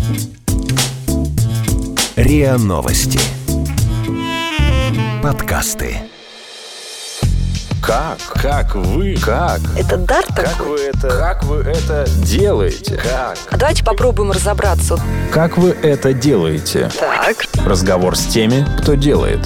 РИА Новости. Подкасты. Как вы? Это дар такой? Как вы это делаете? Как? А давайте попробуем разобраться. Как вы это делаете? Так. Разговор с теми, кто делает.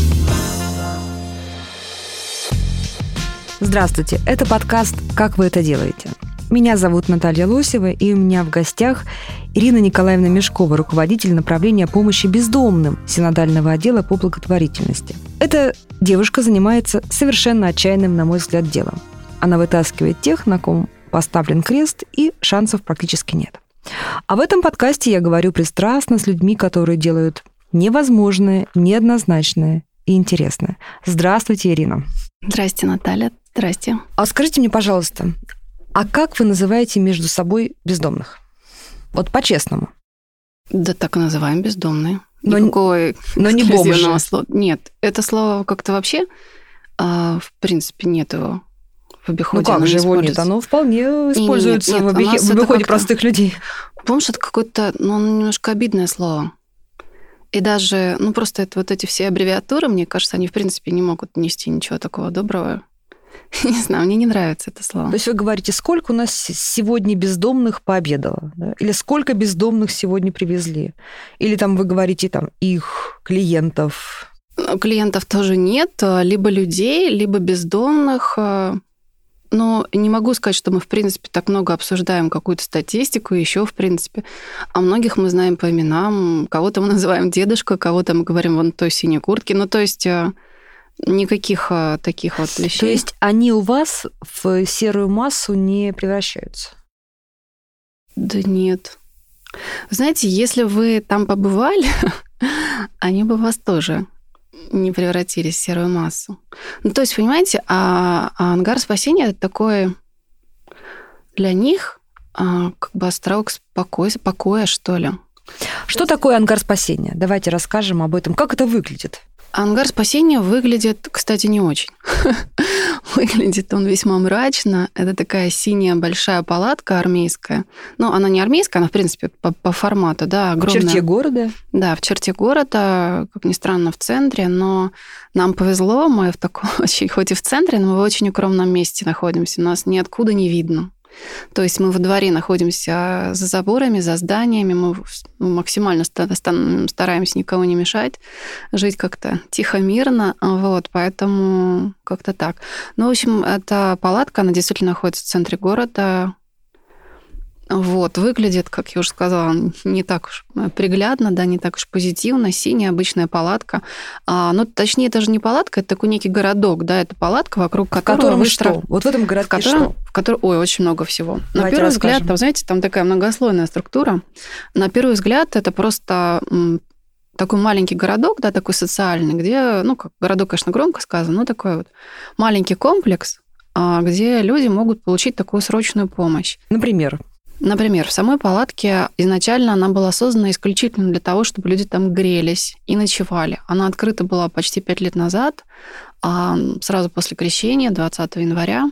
Здравствуйте, это подкаст «Как вы это делаете?». Меня зовут Наталья Лосева, и у меня в гостях Ирина Николаевна Мешкова, руководитель направления помощи бездомным Синодального отдела по благотворительности. Эта девушка занимается совершенно отчаянным, на мой взгляд, делом. Она вытаскивает тех, на ком поставлен крест, и шансов практически нет. А в этом подкасте я говорю пристрастно с людьми, которые делают невозможное, неоднозначное и интересное. Здравствуйте, Ирина. Здрасте, Наталья. Здрасте. А скажите мне, пожалуйста, а как вы называете между собой бездомных? Вот по-честному. Да так и называем бездомные. Но не бомжи. Слова. Нет, это слово как-то вообще, в принципе, нет его в обиходе. Ну как же его нет? Оно вполне используется в обиходе простых людей. Помнишь, это какое-то, немножко обидное слово. И даже, просто это вот эти все аббревиатуры, мне кажется, они, в принципе, не могут нести ничего такого доброго. Не знаю, мне не нравится это слово. То есть вы говорите, сколько у нас сегодня бездомных пообедало? Да? Или сколько бездомных сегодня привезли? Или там вы говорите, их клиентов? Клиентов тоже нет. Либо людей, либо бездомных. Но не могу сказать, что мы, в принципе, так много обсуждаем какую-то статистику, еще, в принципе. А многих мы знаем по именам. Кого-то мы называем дедушка, кого-то мы говорим вон той синей куртки. То есть никаких таких вот вещей. То есть они у вас в серую массу не превращаются? Да нет. Знаете, если вы там побывали, они бы вас тоже не превратились в серую массу. То есть, понимаете, ангар спасения – это такой для них как бы островок покоя, что ли. Что такое ангар спасения? Давайте расскажем об этом. Как это выглядит? Ангар спасения выглядит, кстати, не очень. Выглядит он весьма мрачно. Это такая синяя большая палатка армейская. Она не армейская, она, в принципе, по формату, да, огромная. В черте города? Да, в черте города, как ни странно, в центре, но нам повезло, мы в таком, хоть и в центре, но мы в очень укромном месте находимся, нас ниоткуда не видно. То есть мы во дворе находимся за заборами, за зданиями, мы максимально стараемся никого не мешать, жить как-то тихо, мирно, поэтому как-то так. В общем, эта палатка, она действительно находится в центре города. Выглядит, как я уже сказала, не так уж приглядно, да, не так уж позитивно. Синяя обычная палатка. Точнее, это же не палатка, это такой некий городок, да, это палатка, вокруг которого мы... что? Вот в этом городке что? В котором, очень много всего. Давайте на первый расскажем. взгляд, знаете, там такая многослойная структура. На первый взгляд, это просто такой маленький городок, да, такой социальный, где, как городок, конечно, громко сказано, но такой вот маленький комплекс, где люди могут получить такую срочную помощь. Например, в самой палатке изначально она была создана исключительно для того, чтобы люди там грелись и ночевали. Она открыта была почти 5 лет назад, сразу после крещения, 20 января.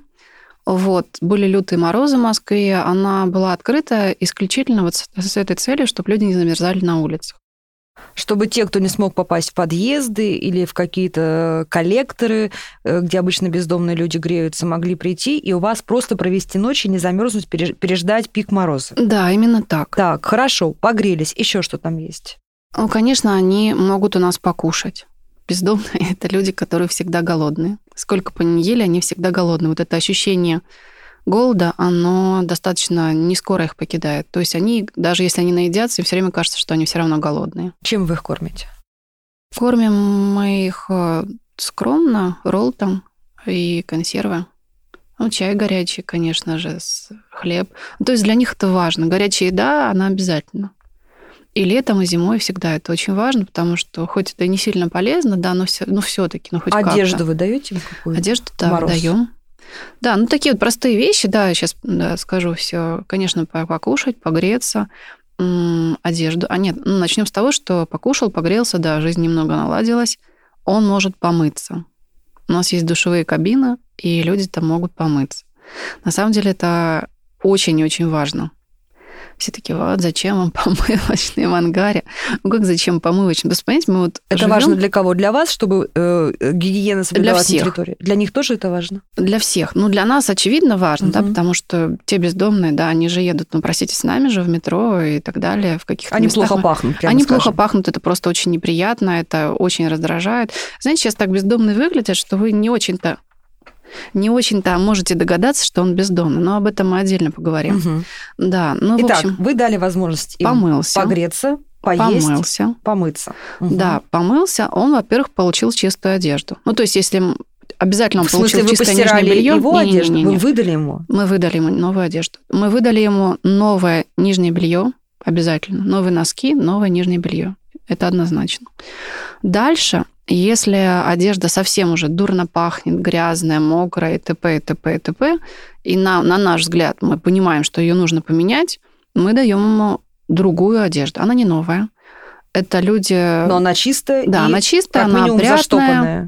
Были лютые морозы в Москве. Она была открыта исключительно с этой целью, чтобы люди не замерзали на улицах. Чтобы те, кто не смог попасть в подъезды или в какие-то коллекторы, где обычно бездомные люди греются, могли прийти и у вас просто провести ночь и не замерзнуть, переждать пик мороза. Да, именно так. Так, хорошо, погрелись. Еще что там есть? Конечно, они могут у нас покушать. Бездомные – это люди, которые всегда голодные. Сколько бы ни ели, они всегда голодные. Вот это ощущение голода, оно достаточно не скоро их покидает. То есть они, даже если они наедятся, им все время кажется, что они все равно голодные. Чем вы их кормите? Кормим мы их скромно, роллтом и консервы. Чай горячий, конечно же, хлеб. То есть для них это важно. Горячая еда, она обязательно. И летом, и зимой всегда это очень важно, потому что хоть это и не сильно полезно, да, но все-таки, хоть как-то. Одежду вы даете им какую-то? Одежду, да, даем. Да, такие вот простые вещи, да, я сейчас скажу все. Конечно, покушать, погреться, одежду. Начнем с того, что покушал, погрелся, да, жизнь немного наладилась, он может помыться. У нас есть душевые кабины, и люди там могут помыться. На самом деле это очень и очень важно. Все такие, вот, зачем вам помывочные в ангаре? Ну, как зачем помывочные? Просто, понимаете, мы вот Это важно для кого? Для вас, чтобы гигиена соблюдалась на территории? Для них тоже это важно? Для всех. Ну, для нас, очевидно, важно, да, потому что те бездомные, да, они же едут, ну, простите, с нами же в метро и так далее, в каких-то Они местах. плохо пахнут, прямо Они скажем. плохо пахнут, это просто очень неприятно, это очень раздражает. Знаете, сейчас так бездомные выглядят, что вы не очень-то можете догадаться, что он бездомный, но об этом мы отдельно поговорим. Угу. Да, ну, Итак, в общем, вы дали возможность им помылся, погреться, поесть, помыться. Угу. Да, помылся. Он, во-первых, получил чистую одежду. Ну, то есть, если обязательно он В смысле, получил вы чистое нижнее постирали белье, его одежду? Вы выдали ему? Мы выдали ему новую одежду. Мы выдали ему новое нижнее белье, обязательно. Новые носки, новое нижнее белье. Это однозначно. Дальше, если одежда совсем уже дурно пахнет, грязная, мокрая, и т.п., и т.п., и т.п., и на наш взгляд мы понимаем, что ее нужно поменять, мы даем ему другую одежду. Она не новая. Это люди... Но она чистая. Да, она чистая, она опрятная. Заштопанная.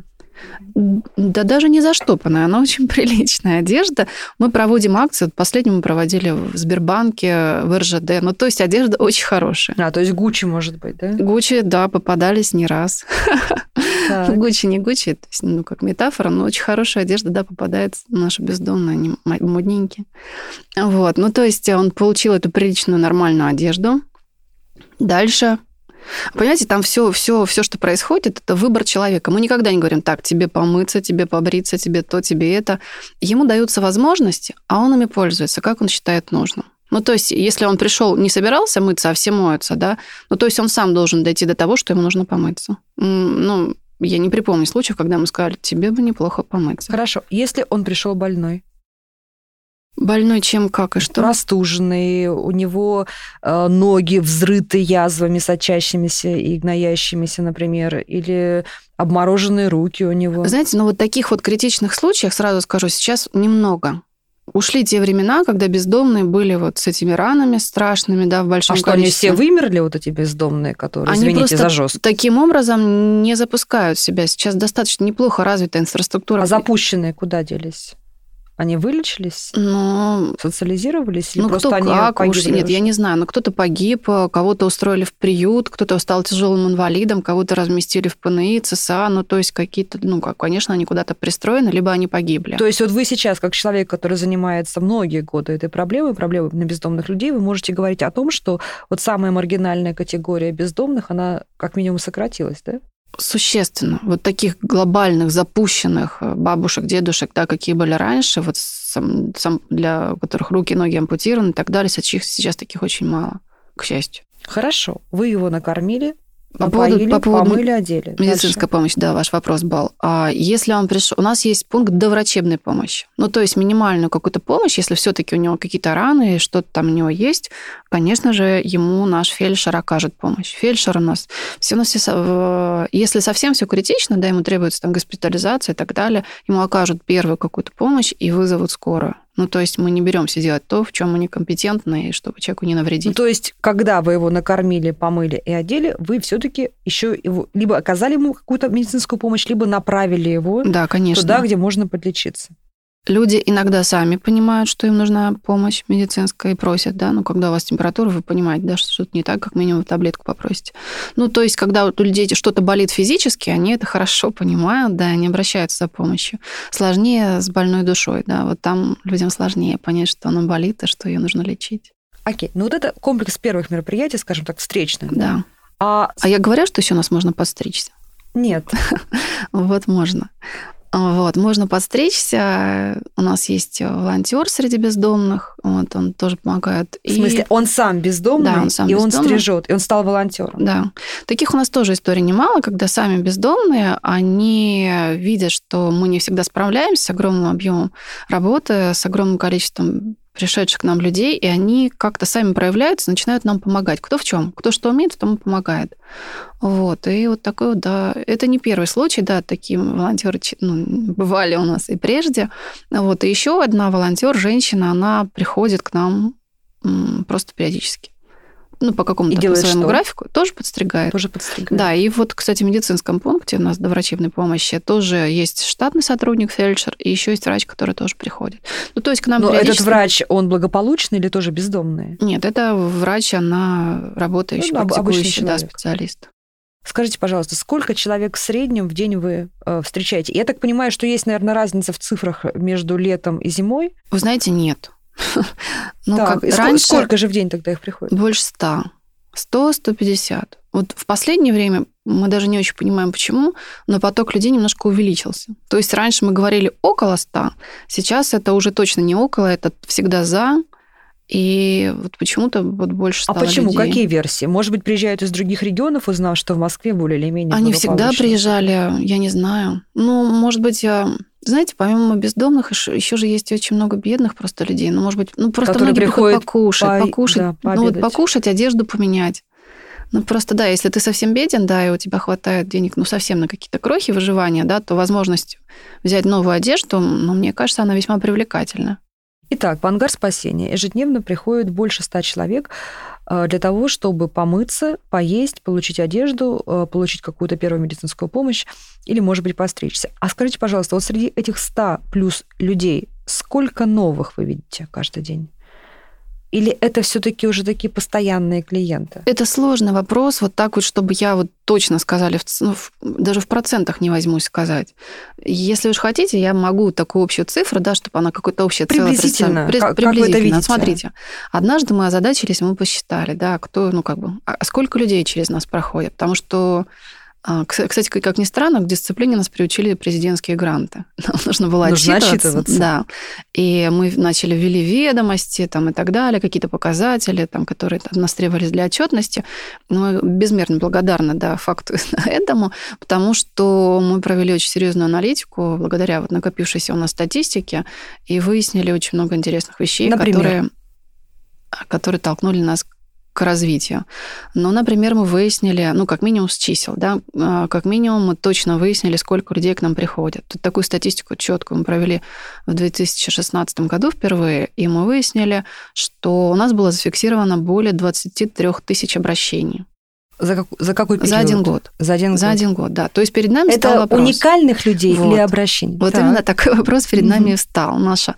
Да даже не заштопанная, она очень приличная одежда. Мы проводим акцию, последнюю мы проводили в Сбербанке, в РЖД. Ну, то есть одежда очень хорошая. То есть Гуччи, может быть, да? Гуччи, да, попадались не раз. Так. Гуччи не Гуччи, то есть, ну, как метафора, но очень хорошая одежда, да, попадается наша бездомная, они модненькие. Вот, ну, то есть он получил эту приличную, нормальную одежду. Дальше... Понимаете, там все, что происходит, это выбор человека. Мы никогда не говорим, так, тебе помыться, тебе побриться, тебе то, тебе это. Ему даются возможности, а он ими пользуется, как он считает нужным. Ну, то есть, если он пришел, не собирался мыться, а все моются, да, ну, то есть он сам должен дойти до того, что ему нужно помыться. Ну, я не припомню случаев, когда ему сказали, тебе бы неплохо помыться. Хорошо. Если он пришел больной? Больной чем, как и что? Простуженный, у него ноги взрыты язвами, сочащимися и гноящимися, например, или обмороженные руки у него. Знаете, ну вот таких вот критичных случаев, сразу скажу, сейчас немного. Ушли те времена, когда бездомные были вот с этими ранами страшными, да, в большом количестве. Они все вымерли, вот эти бездомные, которые, они извините за жесткость? Они просто таким образом не запускают себя. Сейчас достаточно неплохо развита инфраструктура. А запущенные куда делись? Они вылечились? Социализировались? Или просто они погибли? Нет, я не знаю. Но кто-то погиб, кого-то устроили в приют, кто-то стал тяжелым инвалидом, кого-то разместили в ПНИ, ЦСА. Ну, то есть какие-то, конечно, они куда-то пристроены, либо они погибли. То есть вот вы сейчас, как человек, который занимается многие годы этой проблемой на бездомных людей, вы можете говорить о том, что вот самая маргинальная категория бездомных, она как минимум сократилась, да? Существенно. Вот таких глобальных, запущенных бабушек, дедушек, да, какие были раньше, вот для которых руки, ноги ампутированы и так далее, сейчас таких очень мало, к счастью. Хорошо. Вы его накормили, напоили, помыли, одели. Медицинская помощь, да, ваш вопрос был. А если он пришел... У нас есть пункт доврачебной помощи. Ну, то есть минимальную какую-то помощь, если все-таки у него какие-то раны, что-то там у него есть, конечно же, ему наш фельдшер окажет помощь. Фельдшер у нас... Если совсем все критично, да, ему требуется там госпитализация и так далее, ему окажут первую какую-то помощь и вызовут скорую. Ну, то есть мы не беремся делать то, в чем мы некомпетентны, и чтобы человеку не навредить. Ну, то есть, когда вы его накормили, помыли и одели, вы все-таки еще его либо оказали ему какую-то медицинскую помощь, либо направили его туда, где можно подлечиться. Люди иногда сами понимают, что им нужна помощь медицинская, и просят, да, когда у вас температура, вы понимаете, да, что что-то не так, как минимум таблетку попросите. Ну, то есть, когда вот у людей что-то болит физически, они это хорошо понимают, да, они обращаются за помощью. Сложнее с больной душой, да, вот там людям сложнее понять, что она болит, и что ее нужно лечить. Окей, ну вот это комплекс первых мероприятий, скажем так, встречных. Да. А я говорю, что еще у нас можно подстричься? Нет. Вот можно. Вот, можно подстричься. У нас есть волонтер среди бездомных. Вот, он тоже помогает. В смысле, он сам бездомный, да, он стрижет, и он стал волонтером. Да. Таких у нас тоже историй немало, когда сами бездомные, они видят, что мы не всегда справляемся с огромным объемом работы, с огромным количеством пришедших к нам людей, и они как-то сами проявляются, начинают нам помогать. Кто в чем? Кто что умеет, тому помогает. Вот. И вот такой вот, да, это не первый случай, да, такие волонтеры бывали у нас и прежде. Вот. И еще одна волонтер, женщина, она приходит к нам просто периодически. по какому-то своему графику, тоже подстригает. Тоже подстригает. Да, и вот, кстати, в медицинском пункте у нас до врачебной помощи тоже есть штатный сотрудник, фельдшер, и еще есть врач, который тоже приходит. То есть к нам периодически... Этот врач, он благополучный или тоже бездомный? Нет, это врач, она работающий, практикующий, специалист. Скажите, пожалуйста, сколько человек в среднем в день вы встречаете? Я так понимаю, что есть, наверное, разница в цифрах между летом и зимой? Вы знаете, нет. Раньше сколько же в день тогда их приходит? Больше 100. 100-150. Вот в последнее время мы даже не очень понимаем, почему, но поток людей немножко увеличился. То есть раньше мы говорили около 100, сейчас это уже точно не около, это всегда за. И вот почему-то больше стало людей. А почему? Какие версии? Может быть, приезжают из других регионов, узнав, что в Москве более или менее Они всегда приезжали, я не знаю. Может быть, знаете, помимо бездомных, еще же есть очень много бедных просто людей. Может быть, просто которые многие приходят покушать. Да, покушать, одежду поменять. Просто, да, если ты совсем беден, да, и у тебя хватает денег, совсем на какие-то крохи выживания, да, то возможность взять новую одежду, мне кажется, она весьма привлекательна. Итак, в ангар спасения ежедневно приходит больше 100 человек для того, чтобы помыться, поесть, получить одежду, получить какую-то первую медицинскую помощь или, может быть, постричься. А скажите, пожалуйста, вот среди этих 100 плюс людей сколько новых вы видите каждый день? Или это все-таки уже такие постоянные клиенты? Это сложный вопрос, вот так вот, чтобы я точно сказали, даже в процентах не возьмусь сказать. Если уж хотите, я могу такую общую цифру, да, чтобы она какое-то общее целое представляла. Приблизительно. Как вы это видите? Смотрите, однажды мы озадачились, мы посчитали, да, сколько людей через нас проходит, потому что кстати, как ни странно, к дисциплине нас приучили президентские гранты. Нам нужно было отчитываться. Да. И мы ввели ведомости и так далее, какие-то показатели, которые от нас требовались для отчетности. Мы безмерно благодарны факту этому, потому что мы провели очень серьезную аналитику благодаря накопившейся у нас статистике и выяснили очень много интересных вещей, которые толкнули нас к развитию. Например, мы выяснили, как минимум с чисел, да, как минимум мы точно выяснили, сколько людей к нам приходит. Тут такую статистику четкую мы провели в 2016 году впервые, и мы выяснили, что у нас было зафиксировано более 23 тысяч обращений. За какой период? За один год. За один год, да. То есть перед нами стал вопрос. Это уникальных людей или обращений? Вот именно такой вопрос перед нами встал. Наша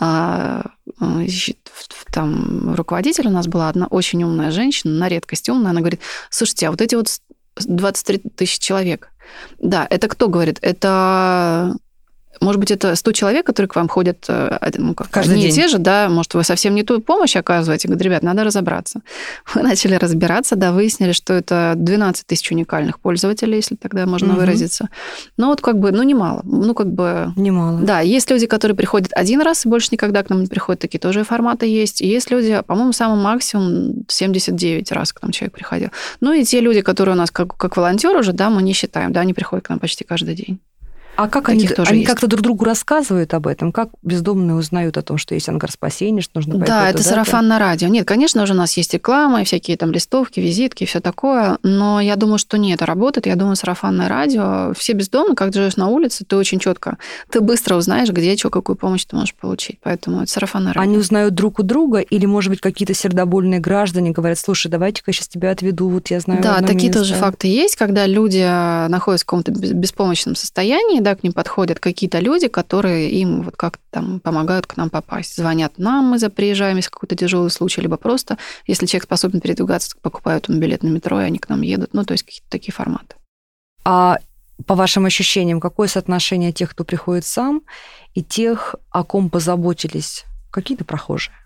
руководитель у нас была одна очень умная женщина, на редкость умная. Она говорит, слушайте, а вот эти 23 тысячи человек, да, это кто говорит? Это... Может быть, это 100 человек, которые к вам ходят каждый день. И те же, да, может, вы совсем не ту помощь оказываете. Говорит, ребят, надо разобраться. Мы начали разбираться, да, выяснили, что это 12 тысяч уникальных пользователей, если тогда можно выразиться. Немало. Немало. Да, есть люди, которые приходят один раз и больше никогда к нам не приходят, такие тоже форматы есть. И есть люди, по-моему, самый максимум 79 раз к нам человек приходил. И те люди, которые у нас как волонтеры уже, да, мы не считаем, да, они приходят к нам почти каждый день. А как они как-то друг другу рассказывают об этом? Как бездомные узнают о том, что есть ангар спасения, что нужно пойти туда? Да, это сарафанное радио. Нет, конечно, уже у нас есть реклама, всякие листовки, визитки, все такое, но я думаю, что не это работает. Я думаю, сарафанное радио. Все бездомные, как ты живешь на улице, ты очень четко, ты быстро узнаешь, где, какую помощь ты можешь получить. Поэтому это сарафанное радио. Они узнают друг у друга или, может быть, какие-то сердобольные граждане говорят, слушай, давайте-ка я сейчас тебя отведу, я знаю Да, такие место. тоже факты есть, когда люди находятся в каком-то беспомощном состоянии, да, к ним подходят какие-то люди, которые им как-то помогают к нам попасть. Звонят нам, мы приезжаем, если какой-то тяжелый случай, либо просто, если человек способен передвигаться, покупают ему билет на метро, и они к нам едут. То есть какие-то такие форматы. А по вашим ощущениям, какое соотношение тех, кто приходит сам, и тех, о ком позаботились какие-то прохожие?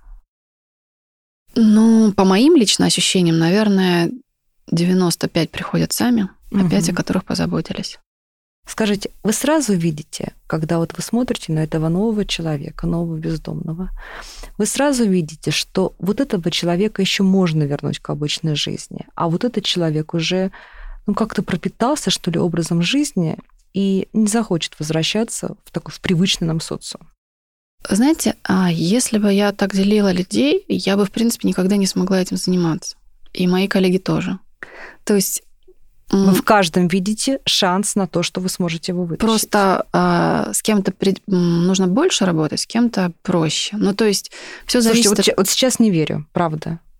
По моим лично ощущениям, наверное, 95 приходят сами, а 5, о которых позаботились. Скажите, вы сразу видите, когда вы смотрите на этого нового человека, нового бездомного, вы сразу видите, что вот этого человека еще можно вернуть к обычной жизни, а вот этот человек уже как-то пропитался, что ли, образом жизни и не захочет возвращаться в привычный нам социум? Знаете, если бы я так делила людей, я бы, в принципе, никогда не смогла этим заниматься. И мои коллеги тоже. То есть вы в каждом видите шанс на то, что вы сможете его вытащить. Просто с кем-то нужно больше работать, с кем-то проще. То есть все зависит... Слушайте, вот сейчас не верю, правда.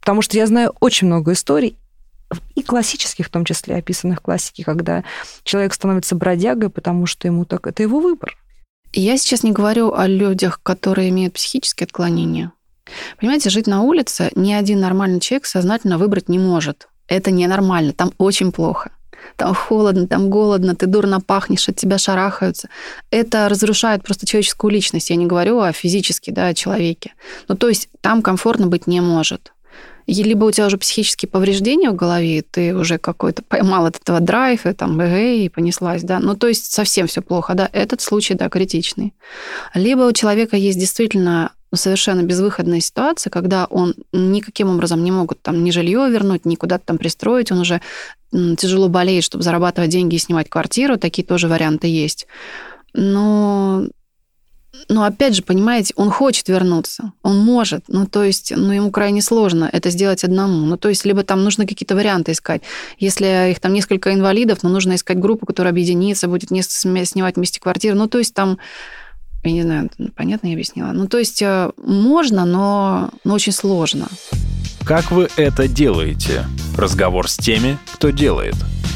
Потому что я знаю очень много историй, и классических, в том числе описанных в классике, когда человек становится бродягой, потому что ему так... Это его выбор. Я сейчас не говорю о людях, которые имеют психические отклонения. Понимаете, жить на улице ни один нормальный человек сознательно выбрать не может. Это ненормально, там очень плохо. Там холодно, там голодно, ты дурно пахнешь, от тебя шарахаются. Это разрушает просто человеческую личность. Я не говорю о физически, да, о человеке. Ну, то есть там комфортно быть не может. И либо у тебя уже психические повреждения в голове, ты уже какой-то поймал от этого драйв, и там и понеслась, да. Ну, то есть совсем все плохо, да. Этот случай, да, критичный. Либо у человека есть действительно совершенно безвыходная ситуация, когда он никаким образом не могут там ни жилье вернуть, ни куда-то там пристроить, он уже тяжело болеет, чтобы зарабатывать деньги и снимать квартиру, такие тоже варианты есть. Но опять же, понимаете, он хочет вернуться, он может, то есть, ему крайне сложно это сделать одному. То есть, либо там нужно какие-то варианты искать. Если их там несколько инвалидов, нужно искать группу, которая объединится, будет снимать вместе квартиру. То есть, там, я не знаю, понятно я объяснила? То есть, можно, но очень сложно. Как вы это делаете? Разговор с теми, кто делает.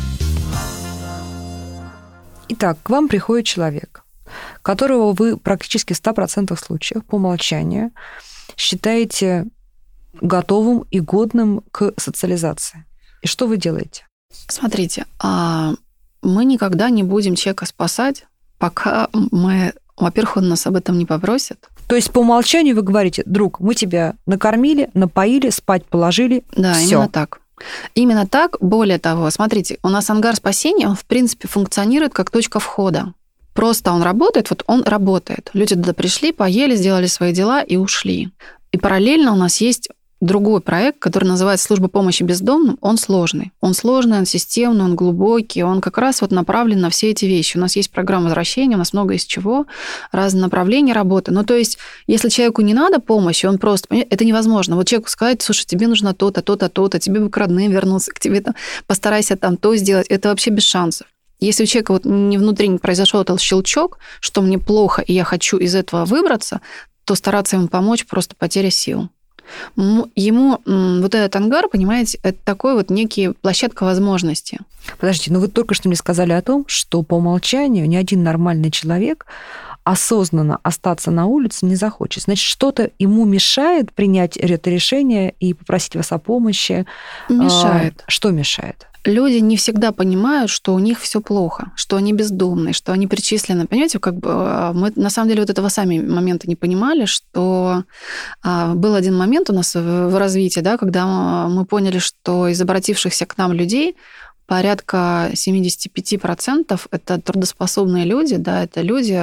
Итак, к вам приходит человек, которого вы практически в 100% случаев по умолчанию считаете готовым и годным к социализации. И что вы делаете? Смотрите, мы никогда не будем человека спасать, пока во-первых, он нас об этом не попросит. То есть по умолчанию вы говорите: друг, мы тебя накормили, напоили, спать положили. Да, всё. именно так. Именно так. Более того, смотрите, у нас ангар спасения, он, в принципе, функционирует как точка входа. Просто он работает, он работает. Люди туда пришли, поели, сделали свои дела и ушли. И параллельно у нас есть другой проект, который называется «Служба помощи бездомным». Он сложный. Он системный, он глубокий, он как раз направлен на все эти вещи. У нас есть программа возвращения, у нас много из чего, разные направления работы. То есть, если человеку не надо помощи, он просто... Это невозможно. Человеку сказать: слушай, тебе нужно то-то, то-то, то-то, тебе бы к родным вернуться, к тебе там, постарайся там то сделать. Это вообще без шансов. Если у человека внутри не произошел этот щелчок, что мне плохо, и я хочу из этого выбраться, то стараться ему помочь просто потеря сил. Ему этот ангар, понимаете, это такой некий площадка возможностей. Подождите, вы только что мне сказали о том, что по умолчанию ни один нормальный человек осознанно остаться на улице не захочет. Значит, что-то ему мешает принять это решение и попросить вас о помощи? Мешает. Что мешает? Люди не всегда понимают, что у них все плохо, что они бездомные, что они причислены. Понимаете, мы на самом деле этого сами момента не понимали, что был один момент у нас в развитии, да, когда мы поняли, что из обратившихся к нам людей порядка 75% это трудоспособные люди, да, это люди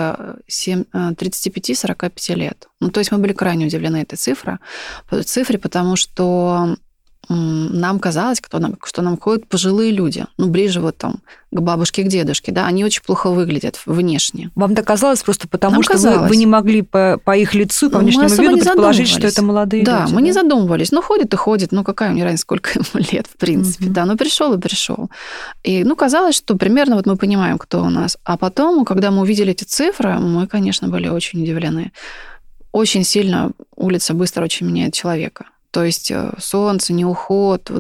35-45 лет. То есть мы были крайне удивлены этой цифре, потому что нам казалось, что нам ходят пожилые люди, ближе к бабушке, к дедушке, да, они очень плохо выглядят внешне. Вам так казалось просто потому, нам что казалось. Вы не могли по их лицу, по внешнему виду предположить, что это молодые люди? Да, мы не задумывались. Ходит и ходит, какая мне разница, сколько ему лет, в принципе, да, пришел и пришел. И, казалось, что примерно мы понимаем, кто у нас. А потом, когда мы увидели эти цифры, мы, конечно, были очень удивлены. Очень сильно улица быстро очень меняет человека. То есть солнце, неуход,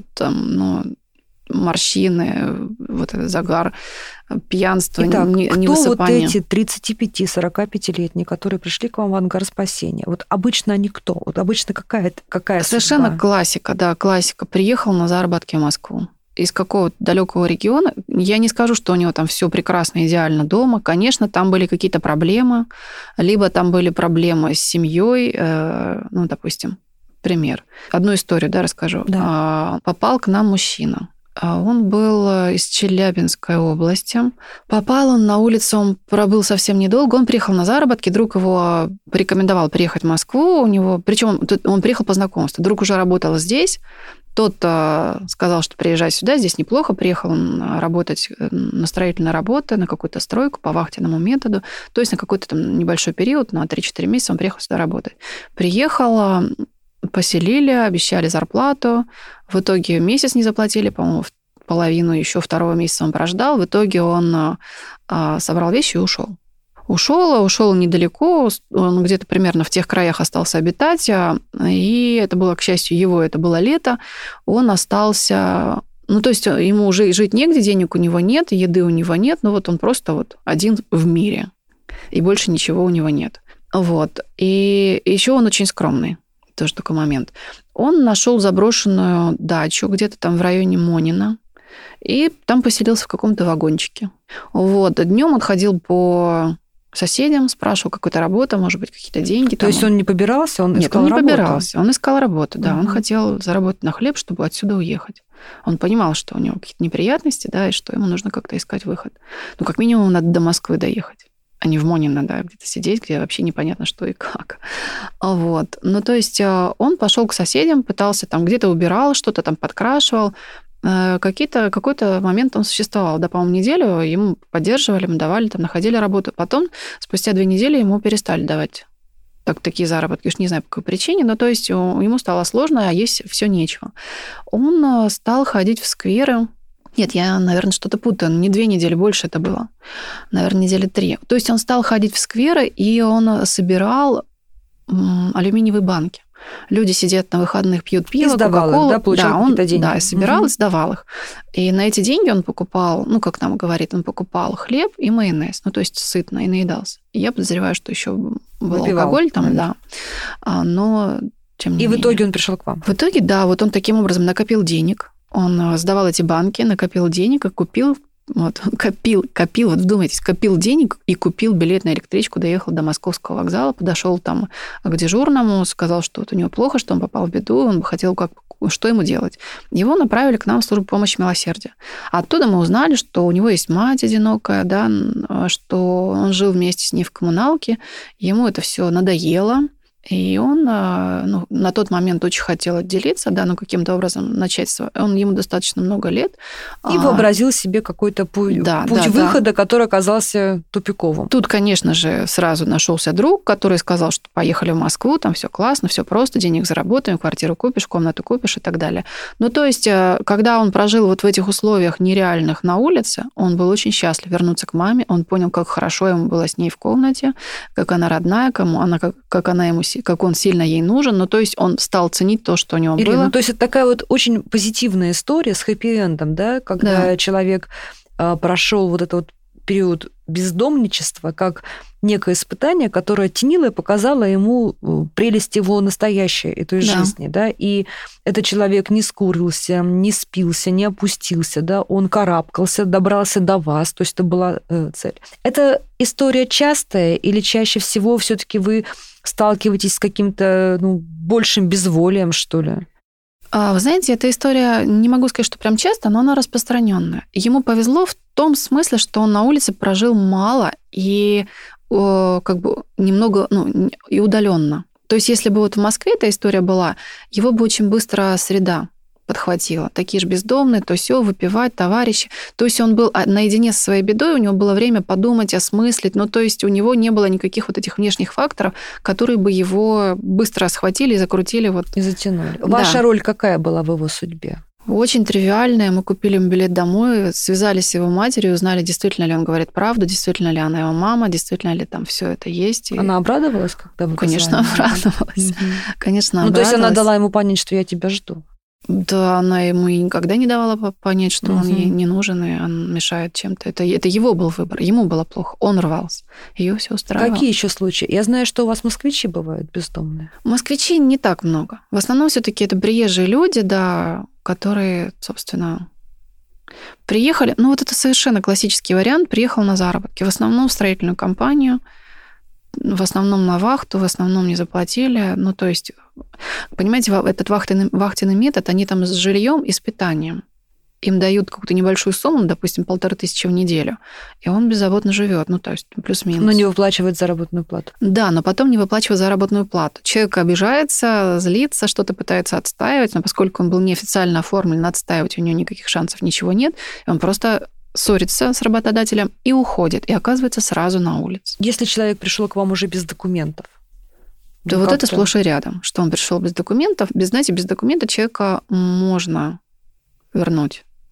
морщины, этот загар, пьянство, Итак, невысыпание. Кто эти 35-45-летние, которые пришли к вам в ангар спасения? Обычно они кто? Обычно какая Совершенно судьба? классика, да, классика. Приехал на заработки в Москву из какого-то далекого региона. Я не скажу, что у него там все прекрасно, идеально дома. Конечно, там были какие-то проблемы, либо там были проблемы с семьей, допустим. Пример. Одну историю, расскажу. Да. Попал к нам мужчина. Он был из Челябинской области. Попал он на улицу, он пробыл совсем недолго. Он приехал на заработки, друг его порекомендовал приехать в Москву. Причем он приехал по знакомству. Друг уже работал здесь. Тот сказал, что приезжай сюда, здесь неплохо. Приехал он работать на строительной работе, на какую-то стройку по вахтенному методу. То есть на какой-то небольшой период, на 3-4 месяца он приехал сюда работать. Приехал... Поселили, обещали зарплату. В итоге месяц не заплатили, по-моему, половину, еще второго месяца он прождал. В итоге он собрал вещи и ушел. Ушел недалеко, он где-то примерно в тех краях остался обитать, и это было, к счастью, это было лето, он остался... Ну, то есть ему уже жить негде, денег у него нет, еды у него нет, но вот он просто вот один в мире, и больше ничего у него нет. Вот. И еще он очень скромный, тоже такой момент. Он нашел заброшенную дачу где-то там в районе Монина, и там поселился в каком-то вагончике. Вот. Днем он ходил по соседям, спрашивал, какая-то работа, может быть, какие-то деньги. То есть он не побирался, он искал работу? Нет, он не побирался, он искал работу, да. Он хотел заработать на хлеб, чтобы отсюда уехать. Он понимал, что у него какие-то неприятности, да, и что ему нужно как-то искать выход. Ну, как минимум, надо до Москвы доехать, а не в Монино, да, где-то сидеть, где вообще непонятно, что и как. Вот. Ну, то есть он пошел к соседям, пытался там где-то убирал, что-то там подкрашивал. Какой-то момент он существовал. Да, по-моему, неделю ему поддерживали, ему давали, там, находили работу. Потом, спустя 2 недели, ему перестали давать такие заработки. Уж не знаю, по какой причине, но то есть ему стало сложно, а есть все нечего. Он стал ходить в скверы. Нет, я, наверное, что-то путаю. Не 2 недели, больше это было. Наверное, 3 недели. То есть он стал ходить в скверы, и он собирал алюминиевые банки. Люди сидят на выходных, пьют пиво, кока-колу. Да, получал какие-то деньги. Да, собирал и сдавал их. И на эти деньги он покупал, ну, как нам говорит, он покупал хлеб и майонез. Ну, то есть сытно, и наедался. И я подозреваю, что еще был алкоголь там, да. Но, тем не менее. И в итоге он пришел к вам? В итоге, да, вот он таким образом накопил денег. Он сдавал эти банки, накопил денег и купил... Вот, копил, вот вдумайтесь, копил денег и купил билет на электричку, доехал до Московского вокзала, подошел там к дежурному, сказал, что вот у него плохо, что он попал в беду, он бы хотел, что ему делать. Его направили к нам в службу помощи милосердия. Оттуда мы узнали, что у него есть мать одинокая, да, что он жил вместе с ней в коммуналке, ему это все надоело. И он на тот момент очень хотел отделиться, да, но каким-то образом начать ему достаточно много лет. И вообразил себе какой-то путь выхода, который оказался тупиковым. Тут, конечно же, сразу нашелся друг, который сказал, что поехали в Москву, там все классно, все просто, денег заработаем, квартиру купишь, комнату купишь и так далее. Ну, то есть, когда он прожил вот в этих условиях нереальных на улице, он был очень счастлив вернуться к маме, он понял, как хорошо ему было с ней в комнате, как она родная, как он сильно ей нужен. Ну, то есть он стал ценить то, что у него Ирина, было. Ну, то есть это такая вот очень позитивная история с хэппи-эндом, да, когда человек прошел вот этот вот период бездомничества как некое испытание, которое тенило и показало ему прелесть его настоящей этой жизни, да, и этот человек не скурился, не спился, не опустился, да, он карабкался, добрался до вас, то есть это была цель. Это история частая или чаще всего все-таки вы сталкиваетесь с каким-то большим безволием, что ли? Вы знаете, эта история, не могу сказать, что прям часто, но она распространенная. Ему повезло в том смысле, что он на улице прожил мало и как бы немного, и удаленно. То есть, если бы вот в Москве эта история была, его бы очень быстро среда подхватила. Такие же бездомные, то сё, выпивать, товарищи. То есть он был наедине со своей бедой, у него было время подумать, осмыслить. Ну, то есть у него не было никаких вот этих внешних факторов, которые бы его быстро схватили и закрутили. Вот. И затянули. Ваша роль какая была в его судьбе? Очень тривиальная. Мы купили ему билет домой, связались с его матерью, узнали, действительно ли он говорит правду, действительно ли она его мама, действительно ли там все это есть. Она обрадовалась, когда вы Конечно, обрадовалась. Конечно, обрадовалась. То есть она дала ему понять, что я тебя жду? Да, она ему и никогда не давала понять, что он ей не нужен, и он мешает чем-то. Это его был выбор, ему было плохо, он рвался, ее все устраивало. Какие еще случаи? Я знаю, что у вас москвичи бывают бездомные. Москвичей не так много. В основном все-таки это приезжие люди, да, которые, собственно, приехали. Ну, вот это совершенно классический вариант. Приехал на заработки. В основном в строительную компанию, в основном на вахту, в основном не заплатили. Ну, то есть, понимаете, этот вахтенный метод, они там с жильем и с питанием. Им дают какую-то небольшую сумму, допустим, 1500 в неделю, и он беззаботно живет, ну, то есть плюс-минус. Но не выплачивает заработную плату. Да, но потом не выплачивает заработную плату. Человек обижается, злится, что-то пытается отстаивать, но поскольку он был неофициально оформлен, отстаивать у него никаких шансов ничего нет, и он просто ссорится с работодателем и уходит, и оказывается сразу на улице. Если человек пришел к вам уже без документов, то вот это сплошь и рядом, что он пришел без документов. Без документа человека можно вернуть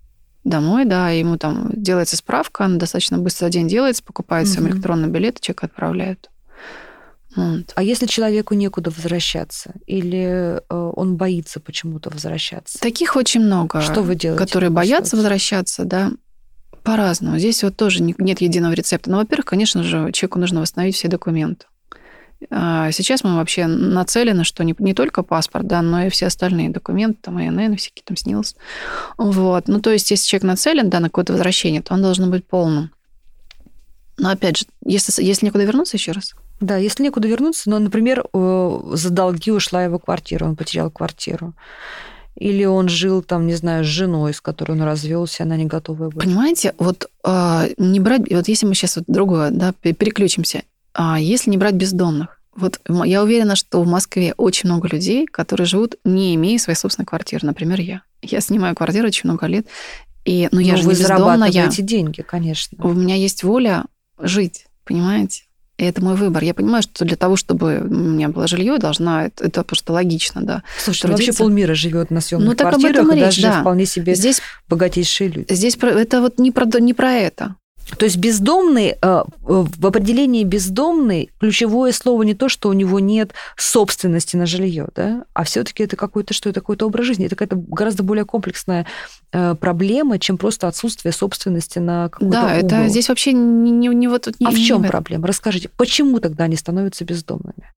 домой, да, ему там делается справка, она достаточно быстро за день делается, покупается электронный билет, и человек отправляют. Вот. А если человеку некуда возвращаться, или он боится почему-то возвращаться? Таких очень много. Что вы делаете? Которые боятся возвращаться, да, по-разному. Здесь вот тоже нет единого рецепта. Но, во-первых, конечно же, человеку нужно восстановить все документы. Сейчас мы вообще нацелены, что не только паспорт, да, но и все остальные документы, там, ИНН, всякие там СНИЛС. Вот. Ну, то есть, если человек нацелен, да, на какое-то возвращение, то он должен быть полным. Но, опять же, если некуда вернуться, еще раз. Да, если некуда вернуться, но, например, за долги ушла его квартира, он потерял квартиру. Или он жил там, не знаю, с женой, с которой он развелся, она не готова была. Понимаете, вот не брать... Вот если мы сейчас вот другое, да, переключимся, если не брать бездомных, вот я уверена, что в Москве очень много людей, которые живут, не имея своей собственной квартиры. Например, я. Я снимаю квартиру очень много лет, я же не бездомная. Вы зарабатываете деньги, конечно. У меня есть воля жить, понимаете? И это мой выбор. Я понимаю, что для того, чтобы у меня было жилье, это просто логично, да. Слушай, вообще полмира живет на съемных квартирах, и даже вполне себе здесь богатейшие люди. Здесь это вот не про это. То есть бездомный, в определении бездомный ключевое слово не то, что у него нет собственности на жилье, да, а все-таки это какой-то образ жизни, это какая-то гораздо более комплексная проблема, чем просто отсутствие собственности на какой-то угол. Да, это здесь вообще не вот... А в чем проблема? Расскажите, почему тогда они становятся бездомными?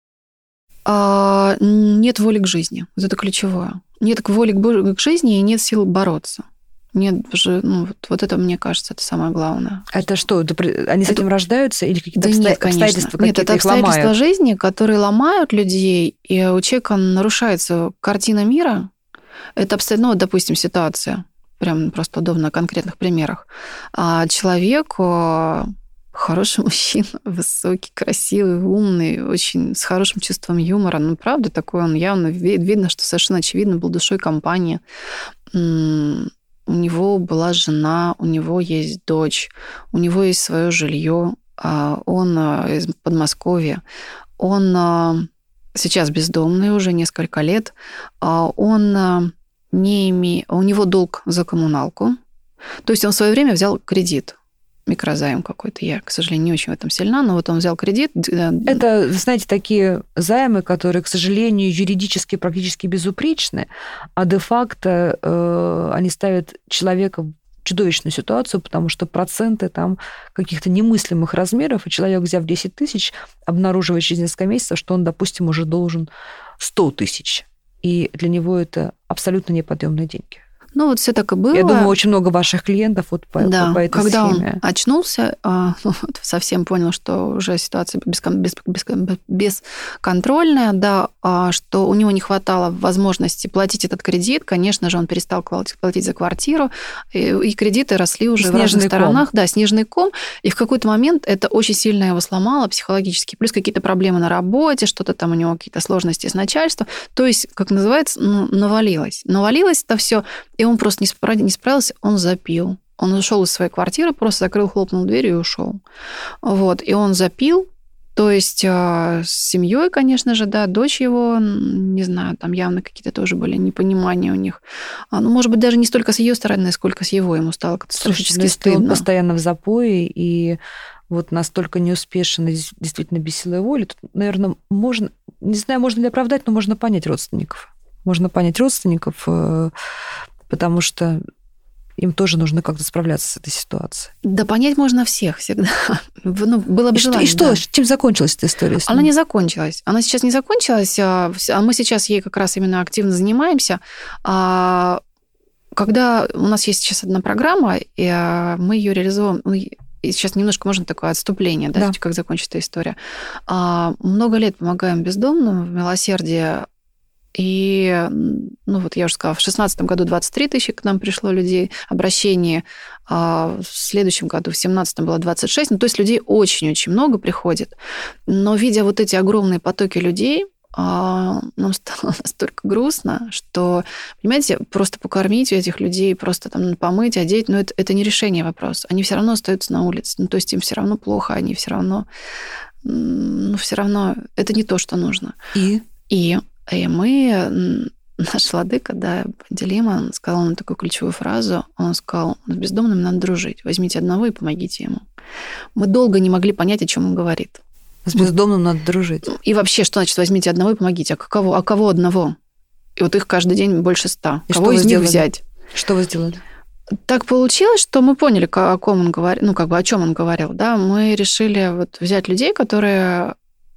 Нет воли к жизни. Вот это ключевое. Нет воли к жизни и нет сил бороться. Нет же, вот это, мне кажется, это самое главное. Это что, они с этим рождаются или какие-то обстоятельства, Нет, это обстоятельства жизни, которые ломают людей, и у человека нарушается картина мира. Это абсолютно, допустим, ситуация, прям просто удобно на конкретных примерах. Человек, хороший мужчина, высокий, красивый, умный, очень с хорошим чувством юмора, правда, такой он явно, видно, что совершенно очевидно был душой компании. У него была жена, у него есть дочь, у него есть свое жилье, он из Подмосковья, он сейчас бездомный уже несколько лет, он у него долг за коммуналку, то есть он в свое время взял кредит. Микрозайм какой-то. Я, к сожалению, не очень в этом сильна, но вот он взял кредит. Это, знаете, такие займы, которые, к сожалению, юридически практически безупречны, а де-факто они ставят человека в чудовищную ситуацию, потому что проценты там каких-то немыслимых размеров, и человек, взяв 10 тысяч, обнаруживает через несколько месяцев, что он, допустим, уже должен 100 тысяч. И для него это абсолютно неподъемные деньги. Ну, вот все так и было. Я думаю, очень много ваших клиентов вот по этой схеме. Когда он очнулся, совсем понял, что уже ситуация бесконтрольная, да, что у него не хватало возможности платить этот кредит, конечно же, он перестал платить за квартиру, и кредиты росли уже в разных сторонах. Да, снежный ком. И в какой-то момент это очень сильно его сломало психологически. Плюс какие-то проблемы на работе, что-то там у него, какие-то сложности с начальством. То есть, как называется, навалилось. Навалилось это все. И он просто не справился, он запил. Он ушел из своей квартиры, просто закрыл, хлопнул дверью и ушел. Вот. И он запил, то есть с семьей, конечно же, да, дочь его, не знаю, там явно какие-то тоже были непонимания у них. Может быть, даже не столько с ее стороны, сколько с его. Ему стало катастрофически стыдно. Он постоянно в запое и вот настолько неуспешен и действительно без силы воли, тут, наверное, можно, не знаю, можно ли оправдать, но можно понять родственников. Можно понять родственников, потому что им тоже нужно как-то справляться с этой ситуацией. Да, понять можно всех всегда. Было бы желание. И что? Чем закончилась эта история? Она не закончилась. Она сейчас не закончилась, а мы сейчас ей как раз именно активно занимаемся. Когда у нас есть сейчас одна программа, и мы ее реализуем... И сейчас немножко можно такое отступление, да, как закончится история. Много лет помогаем бездомным в милосердии. И, вот я уже сказала, в 2016 году 23 тысячи к нам пришло людей, обращений. В следующем году, в 2017 было 26. То есть людей очень-очень много приходит. Но видя вот эти огромные потоки людей, нам стало настолько грустно, что, понимаете, просто покормить этих людей, просто там помыть, одеть, это не решение вопроса. Они все равно остаются на улице. То есть им все равно плохо, они все равно... все равно это не то, что нужно. И мы наш владыка, да, Пантелеймон, он сказал нам такую ключевую фразу. Он сказал: с бездомными надо дружить. Возьмите одного и помогите ему. Мы долго не могли понять, о чем он говорит. С бездомным надо дружить. И вообще, что значит возьмите одного и помогите? А кого одного? И вот их каждый день больше 100. И кого из них взять? Что вы сделали? Так получилось, что мы поняли, о ком он говорил, о чем он говорил. Да? Мы решили взять людей, которые...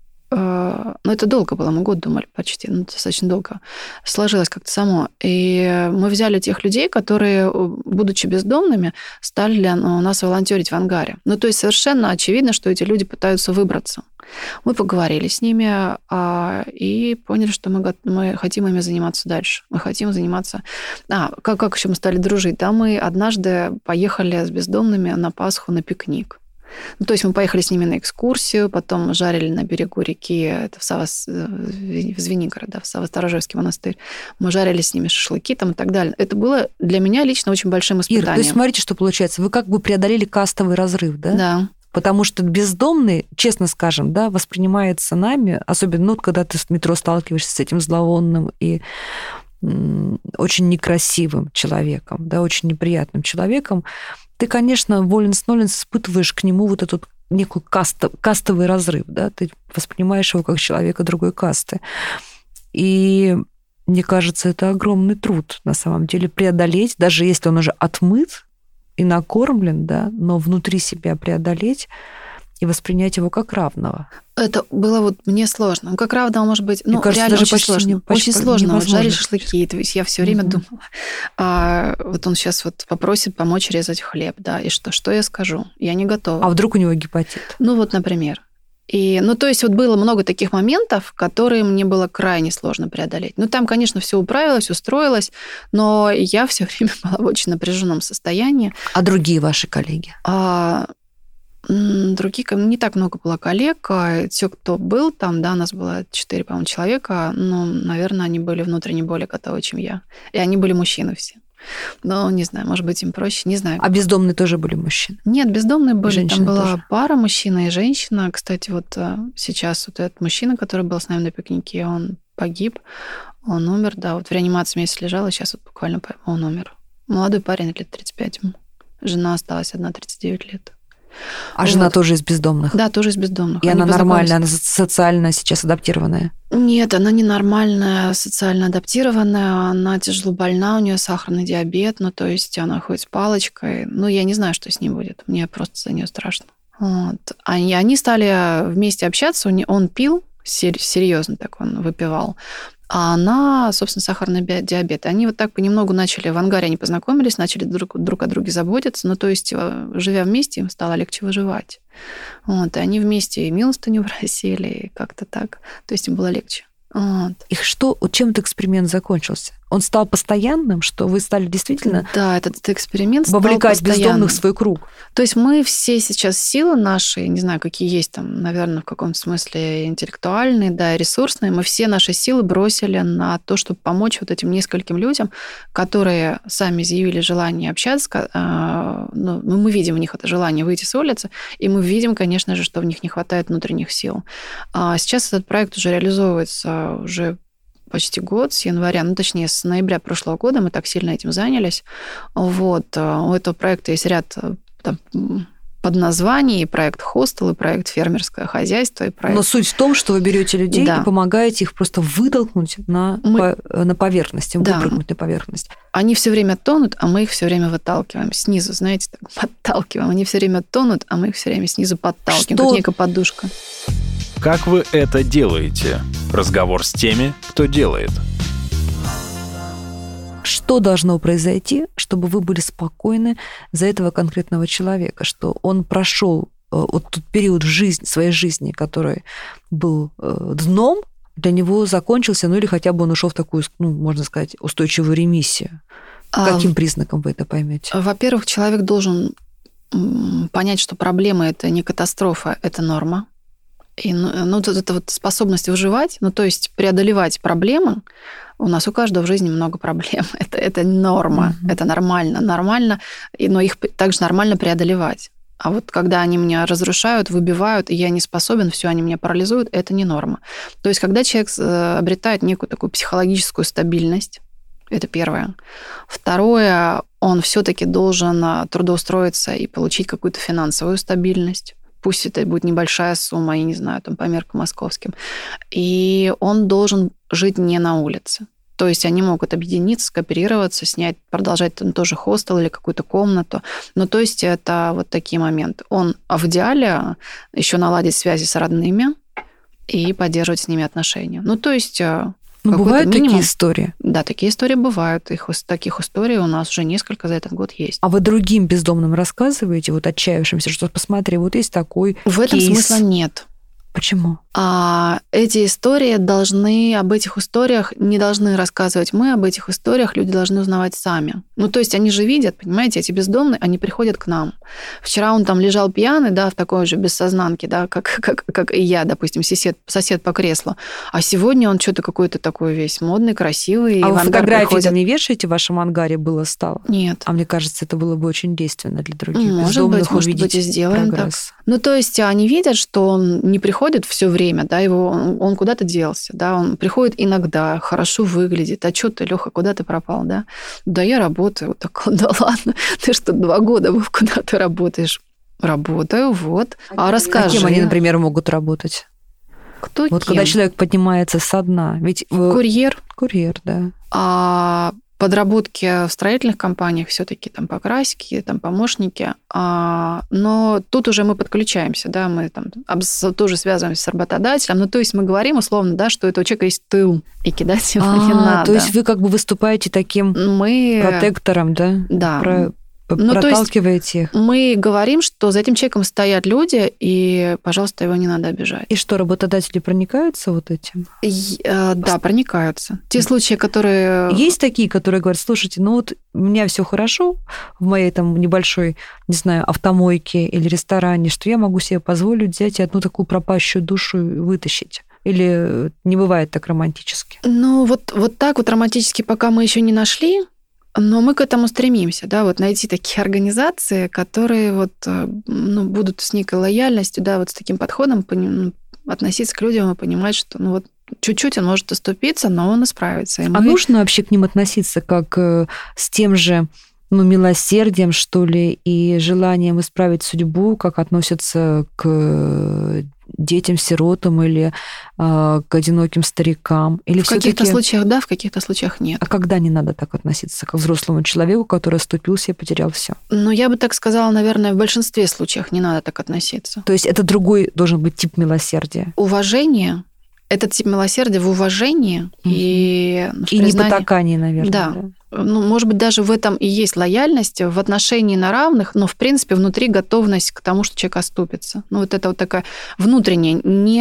это долго было, мы год думали почти, достаточно долго. Сложилось как-то само. И мы взяли тех людей, которые, будучи бездомными, стали у нас волонтерить в ангаре. То есть совершенно очевидно, что эти люди пытаются выбраться. Мы поговорили с ними и поняли, что мы хотим ими заниматься дальше. Мы хотим заниматься... Как еще мы стали дружить? Да, мы однажды поехали с бездомными на Пасху на пикник. То есть мы поехали с ними на экскурсию, потом жарили на берегу реки, это в Звенигород, да, в Саво-Сторожевский монастырь. Мы жарили с ними шашлыки и так далее. Это было для меня лично очень большим испытанием. Ира, то есть смотрите, что получается. Вы как бы преодолели кастовый разрыв, да? Да. Потому что бездомный, честно скажем, да, воспринимается нами, особенно когда ты в метро сталкиваешься с этим зловонным и очень некрасивым человеком, да, очень неприятным человеком, ты, конечно, воленс-ноленс испытываешь к нему этот некий кастовый разрыв, да, ты воспринимаешь его как человека другой касты. И мне кажется, это огромный труд, на самом деле, преодолеть, даже если он уже отмыт и накормлен, да, но внутри себя преодолеть и воспринять его как равного. Это было мне сложно. Как равного, может быть, мне кажется, реально даже очень сложно. Очень сложно. Жарить шашлыки. То есть я все время думала, он сейчас попросит помочь резать хлеб, да, и что я скажу? Я не готова. А вдруг у него гепатит? Например. И, то есть было много таких моментов, которые мне было крайне сложно преодолеть. Там, конечно, все управилось, устроилось, но я все время была в очень напряженном состоянии. А другие ваши коллеги? Другие, не так много было коллег. Те, кто был там, да, у нас было 4, по-моему, человека, наверное, они были внутренне более готовы, чем я. И они были мужчины все. Не знаю, может быть, им проще, не знаю. А бездомные тоже были мужчины? Нет, бездомные были. Женщины там была тоже. Пара, мужчина и женщина. Кстати, сейчас этот мужчина, который был с нами на пикнике, он погиб, он умер, да, в реанимации месяц лежал, и сейчас буквально он умер. Молодой парень, лет 35 ему. Жена осталась одна, 39 лет. А жена тоже из бездомных? Да, тоже из бездомных. И она нормальная, она социально сейчас адаптированная? Нет, она ненормальная, социально адаптированная, она тяжело больна, у нее сахарный диабет, то есть она ходит с палочкой. Я не знаю, что с ней будет, мне просто за нее страшно. Они стали вместе общаться, он пил, серьезно так он выпивал, а она, собственно, сахарный диабет. Они так понемногу начали, в ангаре они познакомились, начали друг о друге заботиться, то есть, живя вместе, им стало легче выживать. И они вместе и милостыню просили, и как-то так. То есть, им было легче. И чем этот эксперимент закончился? Он стал постоянным, что вы стали действительно этот эксперимент стал вовлекать постоянным. бездомных в свой круг? То есть мы все сейчас силы наши, не знаю, какие есть там, наверное, в каком-то смысле интеллектуальные, да, ресурсные, мы все наши силы бросили на то, чтобы помочь этим нескольким людям, которые сами изъявили желание общаться. Мы видим у них это желание выйти с улицы, и мы видим, конечно же, что в них не хватает внутренних сил. Сейчас этот проект уже реализовывается уже почти год, с января, точнее, с ноября прошлого года мы так сильно этим занялись. У этого проекта есть ряд подназваний, проект «Хостел», и проект «Фермерское хозяйство». И проект... Но суть в том, что вы берете людей и помогаете их просто вытолкнуть на поверхность, выпрыгнуть на поверхность. Они все время тонут, а мы их все время выталкиваем снизу, знаете, так подталкиваем. Они все время тонут, а мы их все время снизу подталкиваем, как некая подушка. Как вы это делаете? Разговор с теми, кто делает. Что должно произойти, чтобы вы были спокойны за этого конкретного человека, что он прошел тот период своей жизни, который был дном, для него закончился, или хотя бы он ушел в такую, можно сказать, устойчивую ремиссию? Каким признаком вы это поймете? Во-первых, человек должен понять, что проблема – это не катастрофа, это норма. И эта способность выживать, то есть преодолевать проблемы, у нас у каждого в жизни много проблем. Это норма, это нормально, но их также нормально преодолевать. А вот когда они меня разрушают, выбивают, и я не способен, все, они меня парализуют, это не норма. То есть, когда человек обретает некую такую психологическую стабильность, это первое. Второе, он все-таки должен трудоустроиться и получить какую-то финансовую стабильность. Пусть это будет небольшая сумма, я не знаю, там, по меркам московским. И он должен жить не на улице. То есть они могут объединиться, скооперироваться, снять, продолжать там тоже хостел или какую-то комнату. Ну, то есть это вот такие моменты. Он в идеале еще наладить связи с родными и поддерживать с ними отношения. Ну, то есть... бывают минимум. Такие истории? Да, такие истории бывают. Таких историй у нас уже несколько за этот год есть. А вы другим бездомным рассказываете, вот отчаявшимся, что посмотри, вот есть такой В этом кейс. смысла нет. Почему? Эти истории об этих историях не должны рассказывать мы, об этих историях люди должны узнавать сами. Ну, то есть они же видят, понимаете, эти бездомные, они приходят к нам. Вчера он там лежал пьяный, да, в такой же бессознанке, да, как и я, допустим, сосед по креслу. А сегодня он что-то какой-то такой весь модный, красивый. А вы фотографии не вешаете в вашем ангаре было-стало? Нет. А мне кажется, это было бы очень действенно для других Может бездомных быть, и сделаем прогресс. Так. Ну, то есть они видят, что он не приходит все время, да, он куда-то делся, да, он приходит иногда, хорошо выглядит. А что ты, Лёха, куда ты пропал, да? Да я работаю. Вот так, да ладно, ты что, 2 года куда ты работаешь? Работаю, вот. А расскажи. А кем они, например, могут работать? Кто вот кем? Когда человек поднимается со дна. Ведь Курьер. Курьер, да. А подработки в строительных компаниях все-таки там покрасики, там помощники. Но тут уже мы подключаемся, да, мы там тоже связываемся с работодателем. Ну, то есть мы говорим условно, да, что у этого человека есть тыл, и кидать его не надо. То есть вы как бы выступаете таким протектором, да? Да. Проталкиваете их. Мы говорим, что за этим человеком стоят люди, и, пожалуйста, его не надо обижать. И что, работодатели проникаются вот этим? Да, проникаются. Те случаи, которые... Есть такие, которые говорят, слушайте, ну вот у меня все хорошо в моей там небольшой, не знаю, автомойке или ресторане, что я могу себе позволить взять и одну такую пропащую душу вытащить. Или не бывает так романтически? Ну, вот так вот романтически пока мы еще не нашли. Но мы к этому стремимся, да, вот найти такие организации, которые вот, будут с некой лояльностью, да, вот с таким подходом относиться к людям и понимать, что, ну вот, чуть-чуть он может оступиться, но он исправится. И нужно вообще к ним относиться как с тем же, милосердием, что ли, и желанием исправить судьбу, как относятся к детям-сиротам или к одиноким старикам? Или в каких-то случаях да, в каких-то случаях нет. А когда не надо так относиться к взрослому человеку, который оступился и потерял все? Ну, я бы так сказала, наверное, в большинстве случаев не надо так относиться. То есть это другой должен быть тип милосердия? Уважение. Этот тип милосердия в уважении и в признании... не потакании, наверное. Да. Ну, может быть, даже в этом и есть лояльность, в отношении на равных, но, в принципе, внутри готовность к тому, что человек оступится. Ну, вот это вот такая внутренняя,